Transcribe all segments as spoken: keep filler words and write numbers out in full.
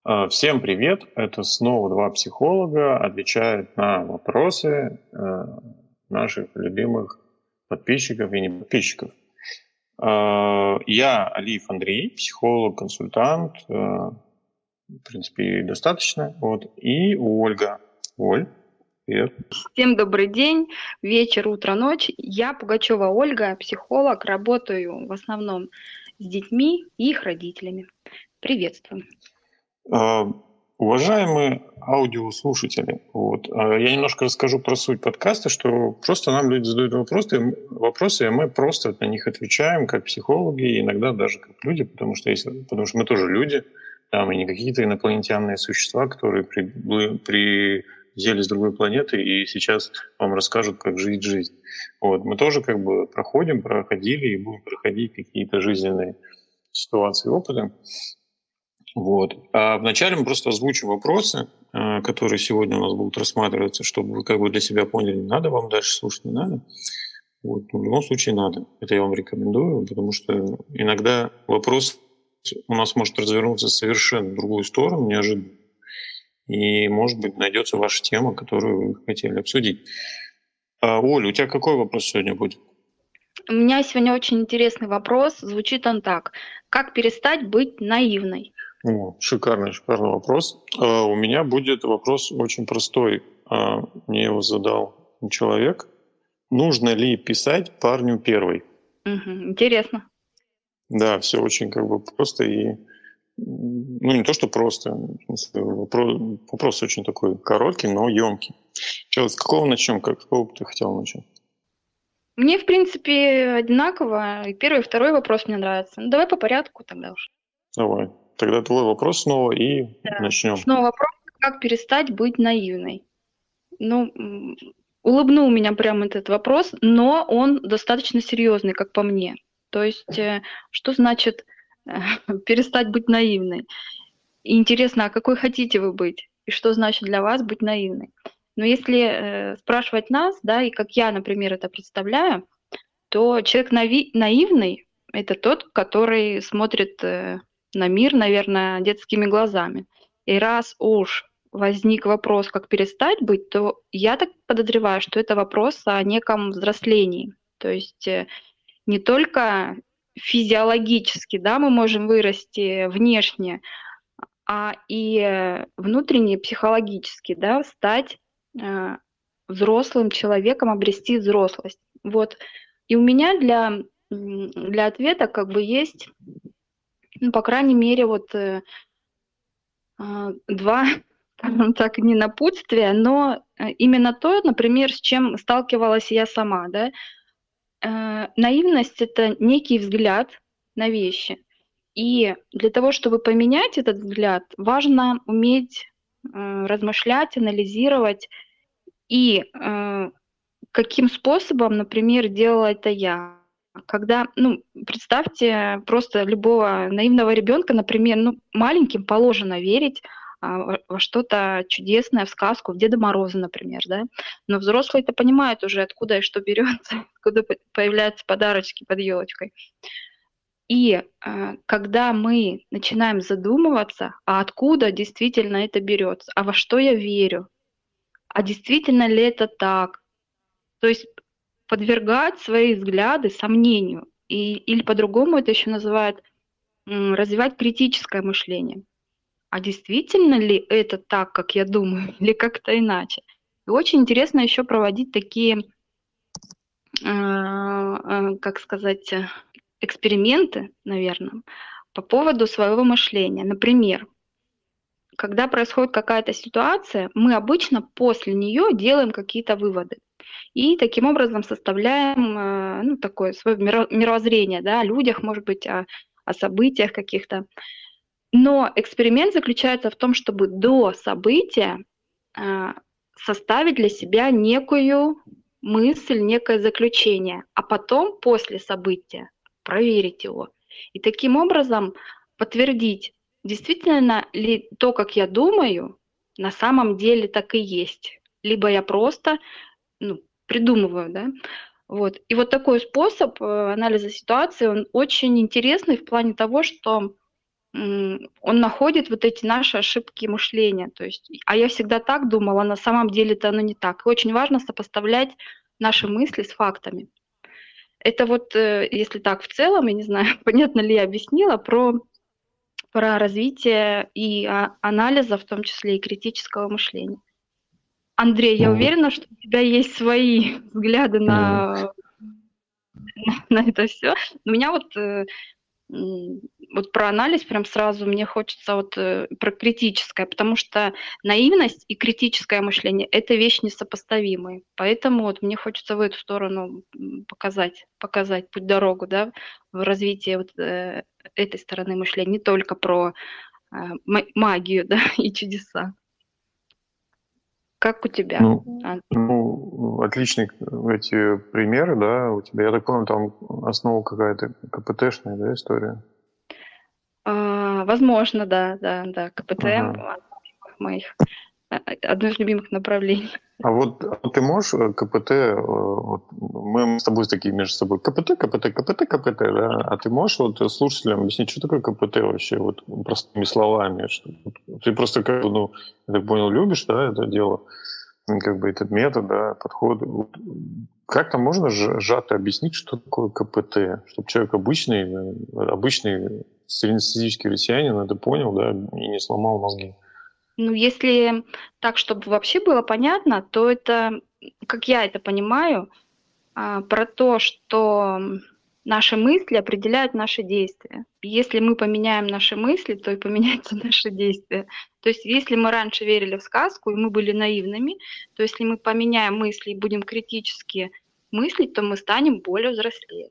А, Всем привет! Это снова два психолога отвечают на вопросы э, наших любимых подписчиков и не подписчиков. А, Я Алиев Андрей, психолог, консультант, э, в принципе, достаточно. Вот. И Ольга. Оль, привет. Всем добрый день, вечер, утро, ночь. Я Пугачева Ольга, психолог, работаю в основном с детьми и их родителями. Приветствую. А, Уважаемые аудиослушатели, вот, а, я немножко расскажу про суть подкаста, что просто нам люди задают вопросы, и мы- вопросы, и мы просто на них отвечаем как психологи, и иногда даже как люди, потому что, если, потому что мы тоже люди, там, и не какие-то инопланетянные существа, которые прибыли- прилетели с другой планеты и сейчас вам расскажут, как жить жизнь. Вот. Мы тоже как бы проходим, проходили и будем проходить какие-то жизненные ситуации, опыты. Вот. А вначале мы просто озвучим вопросы, э, которые сегодня у нас будут рассматриваться, чтобы вы как бы для себя поняли, надо вам дальше слушать, не надо. Вот. Но в любом случае надо. Это я вам рекомендую, потому что иногда вопрос у нас может развернуться совершенно в другую сторону, неожиданно. И, может быть, найдется ваша тема, которую вы хотели обсудить. А, Оля, у тебя какой вопрос сегодня будет? У меня сегодня очень интересный вопрос. Звучит он так. Как перестать быть наивной? О, шикарный, шикарный вопрос. А, У меня будет вопрос очень простой. А, Мне его задал человек. Нужно ли писать парню первой? Мгм, интересно. Да, все очень как бы просто и м, ну не то, что просто, в смысле, вопро- вопрос очень такой короткий, но емкий. Че, с какого начнем? Как, с какого бы ты хотел начать? Мне, в принципе, одинаково. И первый, и второй вопрос мне нравится. Ну, давай по порядку тогда уж. Давай. Тогда твой вопрос снова и Да. начнем. Снова вопрос, как перестать быть наивной? Ну, м, улыбнул меня прям этот вопрос, но он достаточно серьезный, как по мне. То есть, э, что значит э, перестать быть наивной? И интересно, а какой хотите вы быть? И что значит для вас быть наивной? Но если э, спрашивать нас, да, и как я, например, это представляю, то человек нави- наивный– это тот, который смотрит э, на мир, наверное, детскими глазами. И раз уж возник вопрос, как перестать быть, то я так подозреваю, что это вопрос о неком взрослении. То есть э, не только физиологически, да, мы можем вырасти внешне, а и э, внутренне, психологически, да, стать э, взрослым человеком, обрести взрослость. Вот. И у меня для, м, для ответа как бы есть, ну, по крайней мере, вот э, а, два, скажем так, не напутствия, но э, именно то, например, с чем сталкивалась я сама, да. Э, наивность– это некий взгляд на вещи. И для того, чтобы поменять этот взгляд, важно уметь э, размышлять, анализировать и э, каким способом, например, делала это я. Когда, ну, представьте просто любого наивного ребенка, например, ну, маленьким положено верить а, во во что-то чудесное, в сказку, в Деда Мороза, например, да. Но взрослые-то понимают уже, откуда и что берется, откуда по- появляются подарочки под елочкой. И э, когда мы начинаем задумываться, а откуда действительно это берется, а во что я верю, а действительно ли это так, то есть подвергать свои взгляды сомнению. И, или по-другому это еще называют м, развивать критическое мышление. А действительно ли это так, как я думаю, или как-то иначе? И очень интересно еще проводить такие, э, э, как сказать, э, эксперименты, наверное, по поводу своего мышления. Например, когда происходит какая-то ситуация, мы обычно после нее делаем какие-то выводы. И таким образом составляем э, ну, такое свое миро- мировоззрение, да, о людях, может быть, о, о событиях каких-то. Но эксперимент заключается в том, чтобы до события э, составить для себя некую мысль, некое заключение, а потом после события проверить его. И таким образом подтвердить, действительно ли то, как я думаю, на самом деле так и есть. Либо я просто ну, придумываю, да. Вот. И вот такой способ э, анализа ситуации, он очень интересный в плане того, что он находит вот эти наши ошибки мышления. То есть, а я всегда так думала, на самом деле-то оно не так. И очень важно сопоставлять наши мысли с фактами. Это вот, если так в целом, я не знаю, понятно ли я объяснила, про, про развитие и анализа, в том числе и критического мышления. Андрей, я уверена, что у тебя есть свои взгляды на, на это все. У меня вот, вот про анализ прям сразу мне хочется вот про критическое, потому что наивность и критическое мышление – это вещи несопоставимые. Поэтому вот мне хочется в эту сторону показать, показать путь-дорогу, да, в развитии вот этой стороны мышления, не только про магию, да, и чудеса. Как у тебя? Ну, ну, отличные эти примеры, да, у тебя, я так понял, там основа какая-то КПТшная, да, история? А, возможно, да, да, да, КПТ ага. моих, одно из любимых направлений. А вот а ты можешь КПТ, вот, мы с тобой такие между собой, КПТ, КПТ, КПТ, КПТ, да, а ты можешь вот слушателям объяснить, что такое КПТ вообще, вот простыми словами, что ты просто, как бы, ну, я так понял, любишь, да, это дело, как бы этот метод, да, подход. Как-то можно сжато объяснить, что такое КПТ, чтобы человек обычный, обычный среднестатистический россиянин это понял, да, и не сломал мозги? Ну, если так, чтобы вообще было понятно, то это, как я это понимаю, про то, что наши мысли определяют наши действия. Если мы поменяем наши мысли, то и поменяются наши действия. То есть если мы раньше верили в сказку, и мы были наивными, то если мы поменяем мысли и будем критически мыслить, то мы станем более взрослее.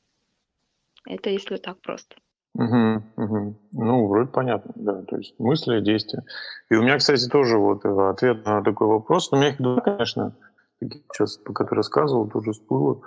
Это если так просто. Угу, угу. Ну, вроде понятно, да. То есть мысли, действия. И у меня, кстати, тоже вот ответ на такой вопрос. У меня их два, конечно, сейчас, пока ты рассказывал, тоже всплыло.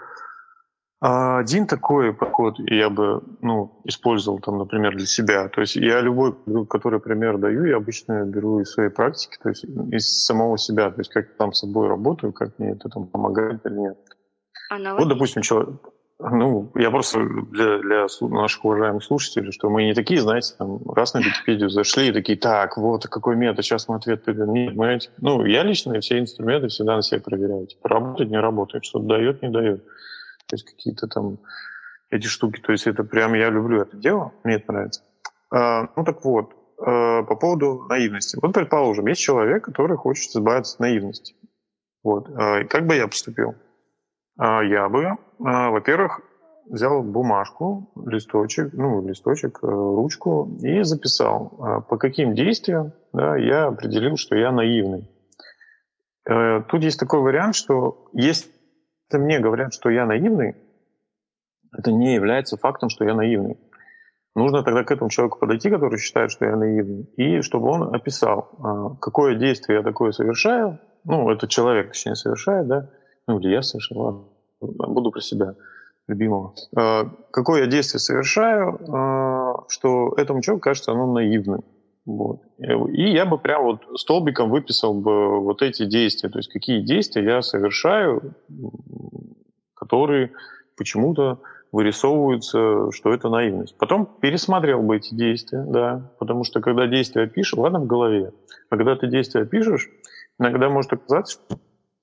Один такой подход я бы, ну, использовал, там, например, для себя. То есть я любой, который пример даю, я обычно беру из своей практики, то есть из самого себя, то есть как там с собой работаю, как мне это там помогает или нет. Аналогично. Вот, допустим, человек, ну, я просто для, для наших уважаемых слушателей, что мы не такие, знаете, там, раз на Википедию зашли и такие, так, вот какой метод, сейчас мы ответ придем. Нет, мы, ну, я лично все инструменты всегда на себе проверяю. Типа, работает, не работает, что-то дает, не дает. То есть какие-то там эти штуки. То есть это прям я люблю это дело, мне это нравится. А, ну так вот, а, по поводу наивности. Вот, предположим, есть человек, который хочет избавиться от наивности. Вот. А, как бы я поступил? А, я бы, а, во-первых, взял бумажку, листочек, ну, листочек, ручку и записал, а, по каким действиям, да, я определил, что я наивный. А, тут есть такой вариант, что если мне говорят, что я наивный, это не является фактом, что я наивный. Нужно тогда к этому человеку подойти, который считает, что я наивный, и чтобы он описал, какое действие я такое совершаю, ну, этот человек, точнее, совершает, да, ну, или я совершаю, ладно, буду про себя любимого. Какое я действие совершаю, что этому человеку кажется, оно наивным. Вот. И я бы прям вот столбиком выписал бы вот эти действия, то есть какие действия я совершаю, которые почему-то вырисовываются, что это наивность. Потом пересмотрел бы эти действия, да, потому что когда действия пишешь, ладно в голове, а когда ты действия пишешь, иногда может оказаться, что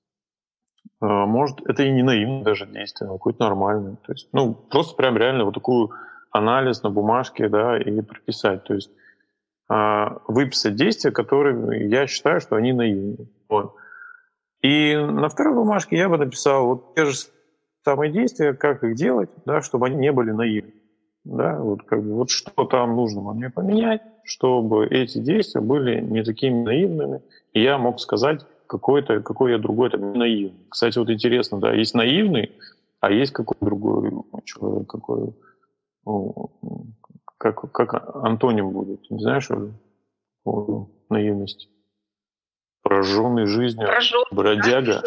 может это и не наивное даже действие, а какое-то нормальное. То есть, ну, просто прям реально вот такой анализ на бумажке, да, и прописать. То есть выписать действия, которые я считаю, что они наивные. Вот. И на второй бумажке я бы написал вот те же самые действия, как их делать, да, чтобы они не были наивны. Да, вот, как бы, вот что там нужно мне поменять, чтобы эти действия были не такими наивными, и я мог сказать, какой-то, какой я другой там наивный. Кстати, вот интересно, да, есть наивный, а есть какой другой человек, какой, ну, как, как антоним будет, не знаешь, о, наивность? Прожженный жизнью, Прожженный, бродяга.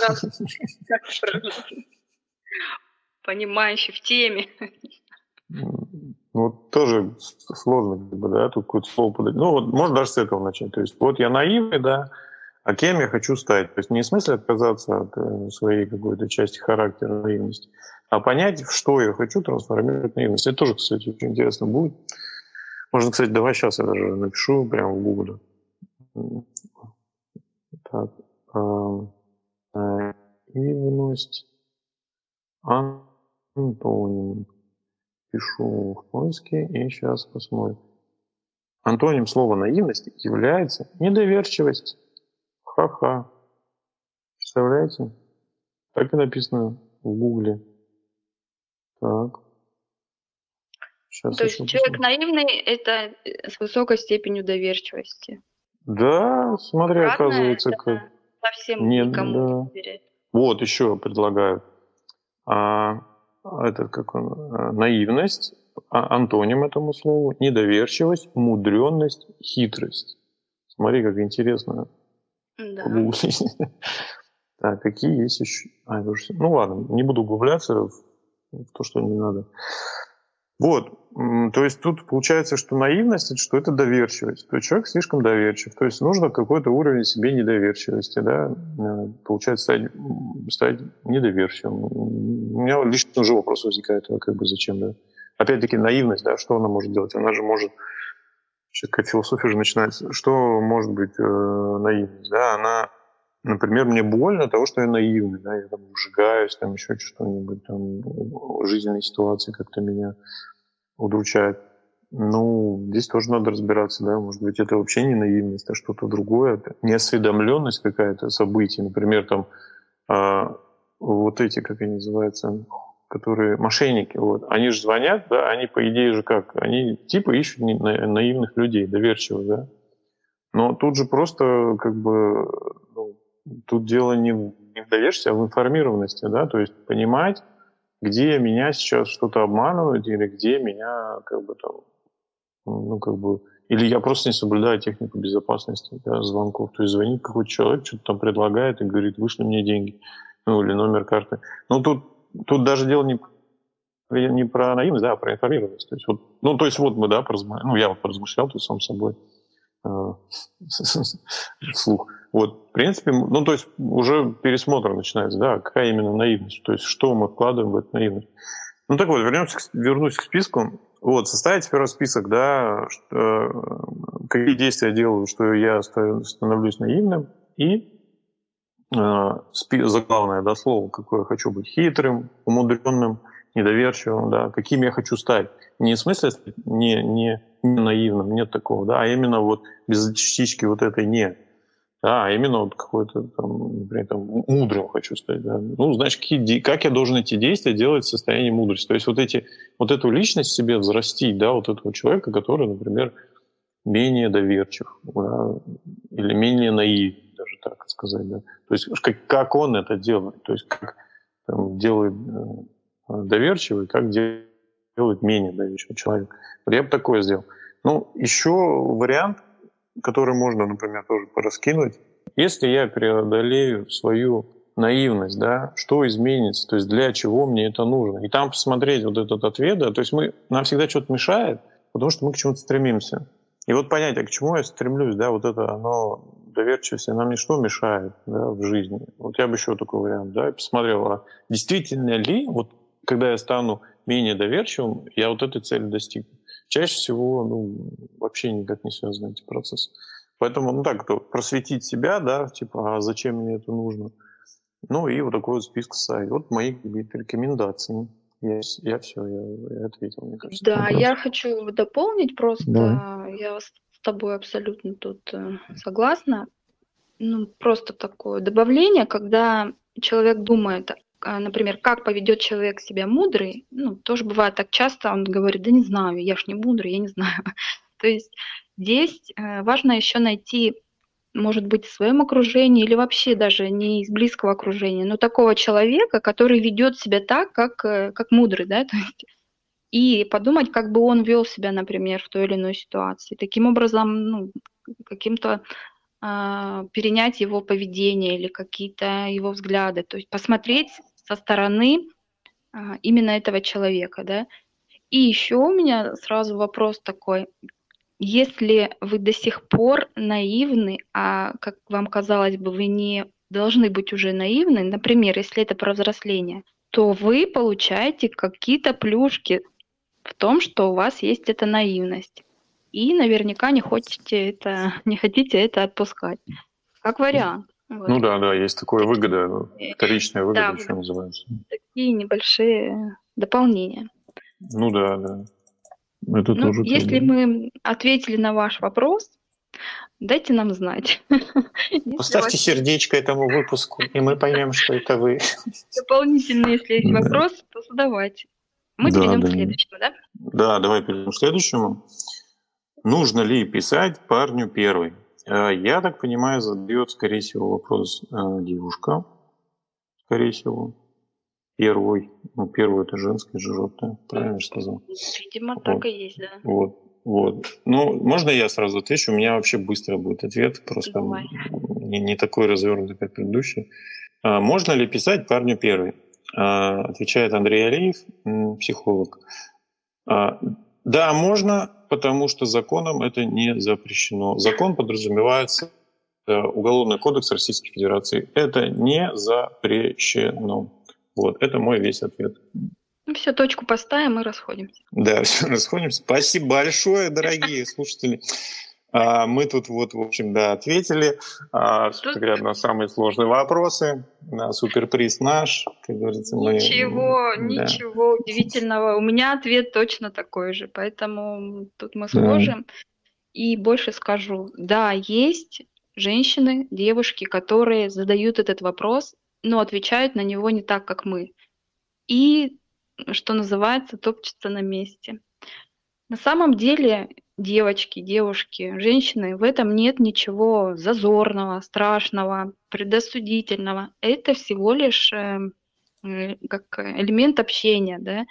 Понимающий в теме. Ну, тоже сложно, да, тут какое-то слово подать. Ну, вот можно даже с этого начать. То есть вот я наивный, да, а кем я хочу стать? То есть не в смысле отказаться от своей какой-то части характера наивности, а понять, в что я хочу трансформировать наивность. Это тоже, кстати, очень интересно будет. Можно, кстати, давай сейчас я даже напишу прямо в Гугле. Так, наивность, антоним. Пишу в поиске и сейчас посмотрим. Антоним слова наивность является недоверчивость. Ха-ха. Представляете? Так и написано в Гугле. Так. Сейчас То есть человек посмотрим. наивный – это с высокой степенью доверчивости. Да, смотри, Обратно оказывается, это как... совсем Нет, никому да. не доверяет. Вот еще предлагаю. А, это как он? А, наивность, а, антоним этому слову, недоверчивость, мудренность, хитрость. Смотри, как интересно. Да. Погуглить. Так, какие есть еще? А, это уже... Ну ладно, не буду углубляться в, в то, что не надо. Вот, то есть тут получается, что наивность, что это доверчивость. То есть человек слишком доверчив. То есть нужно какой-то уровень себе недоверчивости, да, получается, стать, стать недоверчивым. У меня лично уже вопрос возникает, а как бы зачем, да. Опять-таки наивность, да, что она может делать? Она же может, сейчас какая философия же начинается, что может быть э, наивность, да, она, например, мне больно от того, что я наивный, да, я там вжигаюсь, там еще что-нибудь, там жизненные ситуации как-то меня удручает. Ну, здесь тоже надо разбираться, да, может быть, это вообще не наивность, а что-то другое, это неосведомленность какая-то событий, например, там э, вот эти, как они называются, которые мошенники, вот, они же звонят, да, они по идее же как, они типа ищут наивных людей, доверчивых, да, но тут же просто как бы ну, тут дело не в доверчивости, а в информированности, да, то есть понимать, где меня сейчас что-то обманывают или где меня как бы там, ну как бы, или я просто не соблюдаю технику безопасности, да, звонков, то есть звонит какой-то человек, что-то там предлагает и говорит, вышли мне деньги, ну или номер карты, ну тут Тут даже дело не, не про наивность, да, а про информированность. То есть вот, ну, то есть вот мы, да, поразмышляли, ну, я вот поразмышлял, то есть сам собой э, вслух. Вот, в принципе, ну, то есть уже пересмотр начинается, да, какая именно наивность, то есть что мы вкладываем в эту наивность. Ну, так вот, вернемся, вернусь к списку. Вот, составить первый список, да, что, какие действия я делаю, что я становлюсь наивным, и заглавное, да, слово, какое я хочу быть хитрым, умудренным, недоверчивым, да, каким я хочу стать. Не в смысле не, не, не наивным, нет такого, да, а именно вот без частички вот этой «не», да, а именно вот какой-то там, например, там, мудрым хочу стать, да. Ну, значит, какие, как я должен эти действия делать в состоянии мудрости. То есть вот, эти, вот эту личность в себе взрастить, да, вот этого человека, который, например, менее доверчив, да, или менее наивен, даже так сказать, да. То есть как, как он это делает, то есть как там, делает э, доверчивый, как делает менее доверчивый человек. Вот я бы такое сделал. Ну, еще вариант, который можно, например, тоже пораскинуть. Если я преодолею свою наивность, да, что изменится, то есть для чего мне это нужно. И там посмотреть вот этот ответ, да, то есть мы, нам всегда что-то мешает, потому что мы к чему-то стремимся. И вот понять, а к чему я стремлюсь, да, вот это оно, доверчивость, нам ничто мешает, да, в жизни. Вот я бы еще такой вариант, да, посмотрел, а действительно ли, вот когда я стану менее доверчивым, я вот этой цели достигну. Чаще всего, ну, вообще никак не связаны эти процессы. Поэтому, ну так, просветить себя, да, типа, а зачем мне это нужно? Ну и вот такой вот список сайт. Вот мои какие-то рекомендации. Я, я все, я, я ответил, мне кажется. Да, я хочу дополнить просто, да. Я с тобой абсолютно тут согласна. Ну, просто такое добавление, когда человек думает, например, как поведет человек себя мудрый, ну, тоже бывает так часто, он говорит, да не знаю, я ж не мудрый, я не знаю. То есть здесь важно еще найти, может быть, в своем окружении или вообще даже не из близкого окружения, но такого человека, который ведет себя так, как, как мудрый, да, то есть, и подумать, как бы он вел себя, например, в той или иной ситуации. Таким образом, ну, каким-то э, перенять его поведение или какие-то его взгляды, то есть посмотреть со стороны э, именно этого человека, да. И еще у меня сразу вопрос такой. Если вы до сих пор наивны, а, как вам казалось бы, вы не должны быть уже наивны, например, если это про взросление, то вы получаете какие-то плюшки в том, что у вас есть эта наивность. и наверняка не хотите это, не хотите это отпускать. Как вариант. Вот. Ну да, да, есть такое выгода, вторичная выгода, Да, еще называется. такие небольшие дополнения. Ну да, да. Это Ну, тоже если как бы... мы ответили на ваш вопрос, дайте нам знать. Поставьте сердечко этому выпуску, и мы поймем, что это вы. Дополнительно, если есть Да. вопрос, то задавайте. Мы Да, перейдем да. к следующему, да? Да, давай перейдем к следующему. Нужно ли писать парню первый? Э, Я так понимаю, задает, скорее всего, вопрос э, девушка, скорее всего. Первый. Ну, первый это женское же животное, правильно же сказал? Видимо, Вот. так и есть, да. Вот, вот. Ну, можно я сразу отвечу? У меня вообще быстро будет ответ, просто Давай. не, не такой развернутый, как предыдущий. А, можно ли писать парню первый? А, отвечает Андрей Алиев, м, психолог. А, да, можно, потому что законом это не запрещено. Закон подразумевается, э, Уголовный кодекс Российской Федерации. Это не запрещено. Вот, это мой весь ответ. Ну все, точку поставим и расходимся. Да, все, расходимся. Спасибо большое, дорогие слушатели. А, Мы тут вот, в общем, да, ответили, а, собственно говоря, на самые сложные вопросы. На суперприз наш, как говорится. Мы, Ничего, да. ничего удивительного. У меня ответ точно такой же, поэтому тут мы Да. схожи. И больше скажу, да, есть женщины, девушки, которые задают этот вопрос, но отвечают на него не так, как мы. И, что называется, топчутся на месте. На самом деле, девочки, девушки, женщины, в этом нет ничего зазорного, страшного, предосудительного. Это всего лишь э, э, как элемент общения, да.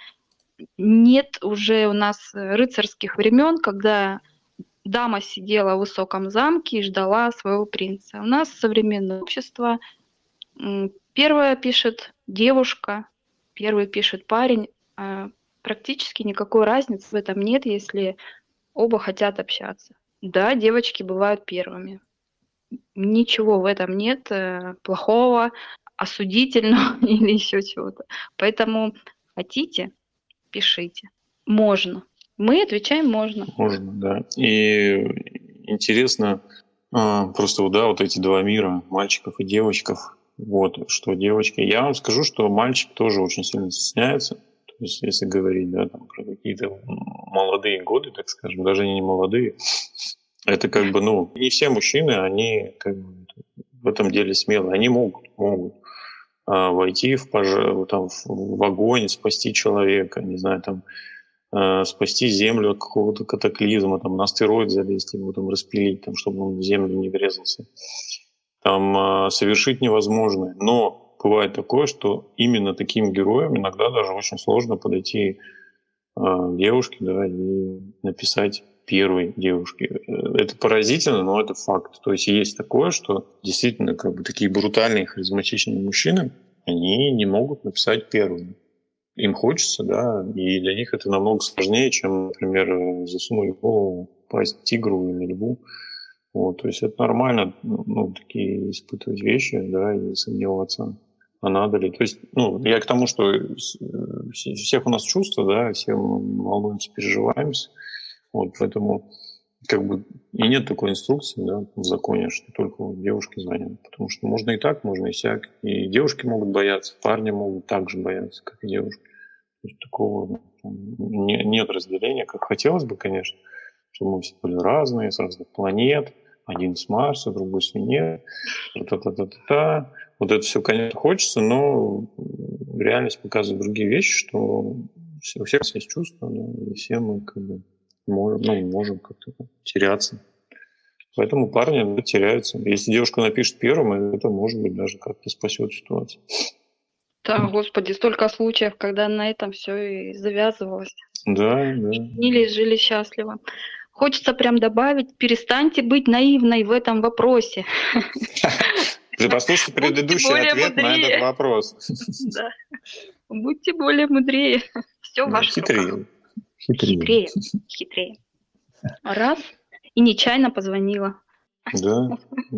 Нет уже у нас рыцарских времен, когда дама сидела в высоком замке и ждала своего принца. У нас современное общество. м, Первое пишет девушка, первый пишет парень. а Практически никакой разницы в этом нет, если оба хотят общаться. Да, девочки бывают первыми. Ничего в этом нет э, плохого, осудительного или еще чего-то. Поэтому хотите, пишите. Можно. Мы отвечаем можно. Можно, да. И интересно, а, просто вот, да, вот эти два мира, мальчиков и девочков. Вот, что девочки. Я вам скажу, что мальчик тоже очень сильно стесняется. То есть, если говорить, да, там, про какие-то молодые годы, так скажем, даже не молодые, это как бы, ну, не все мужчины, они как бы в этом деле смелые. Они могут, могут а, войти в, пожар, там, в огонь, спасти человека, не знаю, там, э, спасти Землю от какого-то катаклизма, там, на астероид залезть, его там распилить, там, чтобы он в Землю не врезался. Там э, совершить невозможное. Но бывает такое, что именно таким героям иногда даже очень сложно подойти э, девушке, да, и написать первой девушке. Это поразительно, но это факт. То есть есть такое, что действительно как бы такие брутальные, харизматичные мужчины, они не могут написать первым. Им хочется, да, и для них это намного сложнее, чем, например, засунуть голову в пасть тигру или льву. Вот, то есть это нормально, ну, такие испытывать вещи, да, и сомневаться, а надо ли. То есть, ну, я к тому, что всех у нас чувства, да, все мы волнуемся, переживаемся, вот, поэтому как бы и нет такой инструкции, да, в законе, что только вот девушки звонят. Потому что можно и так, можно и сяк. И девушки могут бояться, парни могут так же бояться, как и девушки. То есть такого там, не, нет разделения, как хотелось бы, конечно, чтобы мы все были разные, с разных планет. Один с Марса, другой с Венеры. Та-та-та-та-та. Вот это все, конечно, хочется, но реальность показывает другие вещи, что у всех есть чувства, да, и все мы как бы можем, ну, можем как-то теряться. Поэтому парни иногда теряются. Если девушка напишет первым, это, может быть, даже как-то спасет ситуацию. Да, господи, столько случаев, когда на этом все и завязывалось. Да, да. Женились, жили счастливо. Хочется прям добавить, перестаньте быть наивной в этом вопросе. Послушайте предыдущий ответ на этот вопрос. Да. Будьте более мудрее. Все в ваших руках. Хитрее. Хитрее. Раз, и нечаянно позвонила. Да.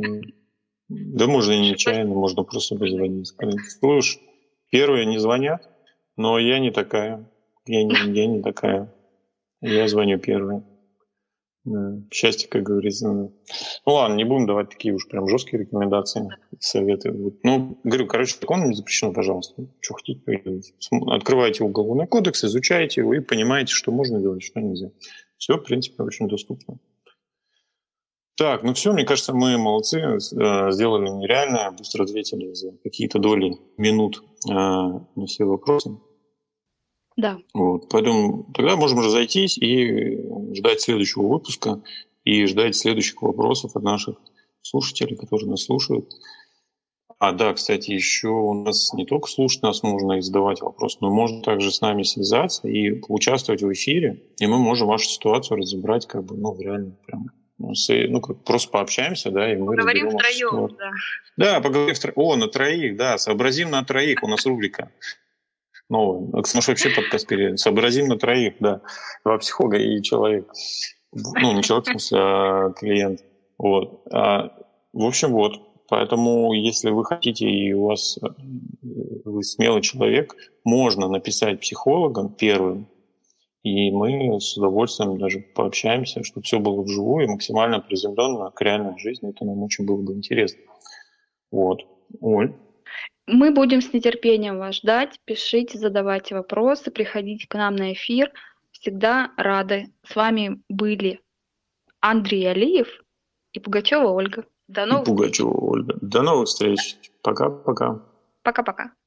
Да можно и нечаянно, можно просто позвонить. Слушай, первые не звонят, но я не такая. Я не, я не такая. Я звоню первой. Да. Счастье, как говорится. Ну ладно, не будем давать такие уж прям жесткие рекомендации, советы. Вот. Ну, говорю, короче, законом не запрещено, пожалуйста. Что хотите, то и делайте. Открывайте уголовный кодекс, изучайте его и понимаете, что можно делать, что нельзя. Все, в принципе, очень доступно. Так, ну все, мне кажется, мы молодцы, сделали нереальное, быстро ответили за какие-то доли минут на все вопросы. Да. Вот, поэтому тогда можем разойтись и ждать следующего выпуска и ждать следующих вопросов от наших слушателей, которые нас слушают. А, да, кстати, еще у нас не только слушать нас нужно и задавать вопросы, но можно также с нами связаться и поучаствовать в эфире, и мы можем вашу ситуацию разобрать как бы, ну, реально прям, ну, с, ну как просто пообщаемся, да, и мы Поговорим разберем вашу втроем, ситуацию. да. Да, поговорим втроем. О, на троих, да, сообразим на троих, у нас рубрика новая. Может, вообще подкаст перед. Сообразим на троих, да. Два психолога и человек. Ну, не человек, в смысле, а клиент. Вот. А, в общем, вот. Поэтому, если вы хотите, и у вас вы смелый человек, можно написать психологам первым, и мы с удовольствием даже пообщаемся, чтобы все было вживую и максимально приземленно к реальной жизни. Это нам очень было бы интересно. Вот. Оль. Мы будем с нетерпением вас ждать. Пишите, задавайте вопросы, приходите к нам на эфир. Всегда рады. С вами были Андрей Алиев и Пугачева Ольга. До новых Пугачева Ольга. До новых встреч. Пока-пока. Пока-пока.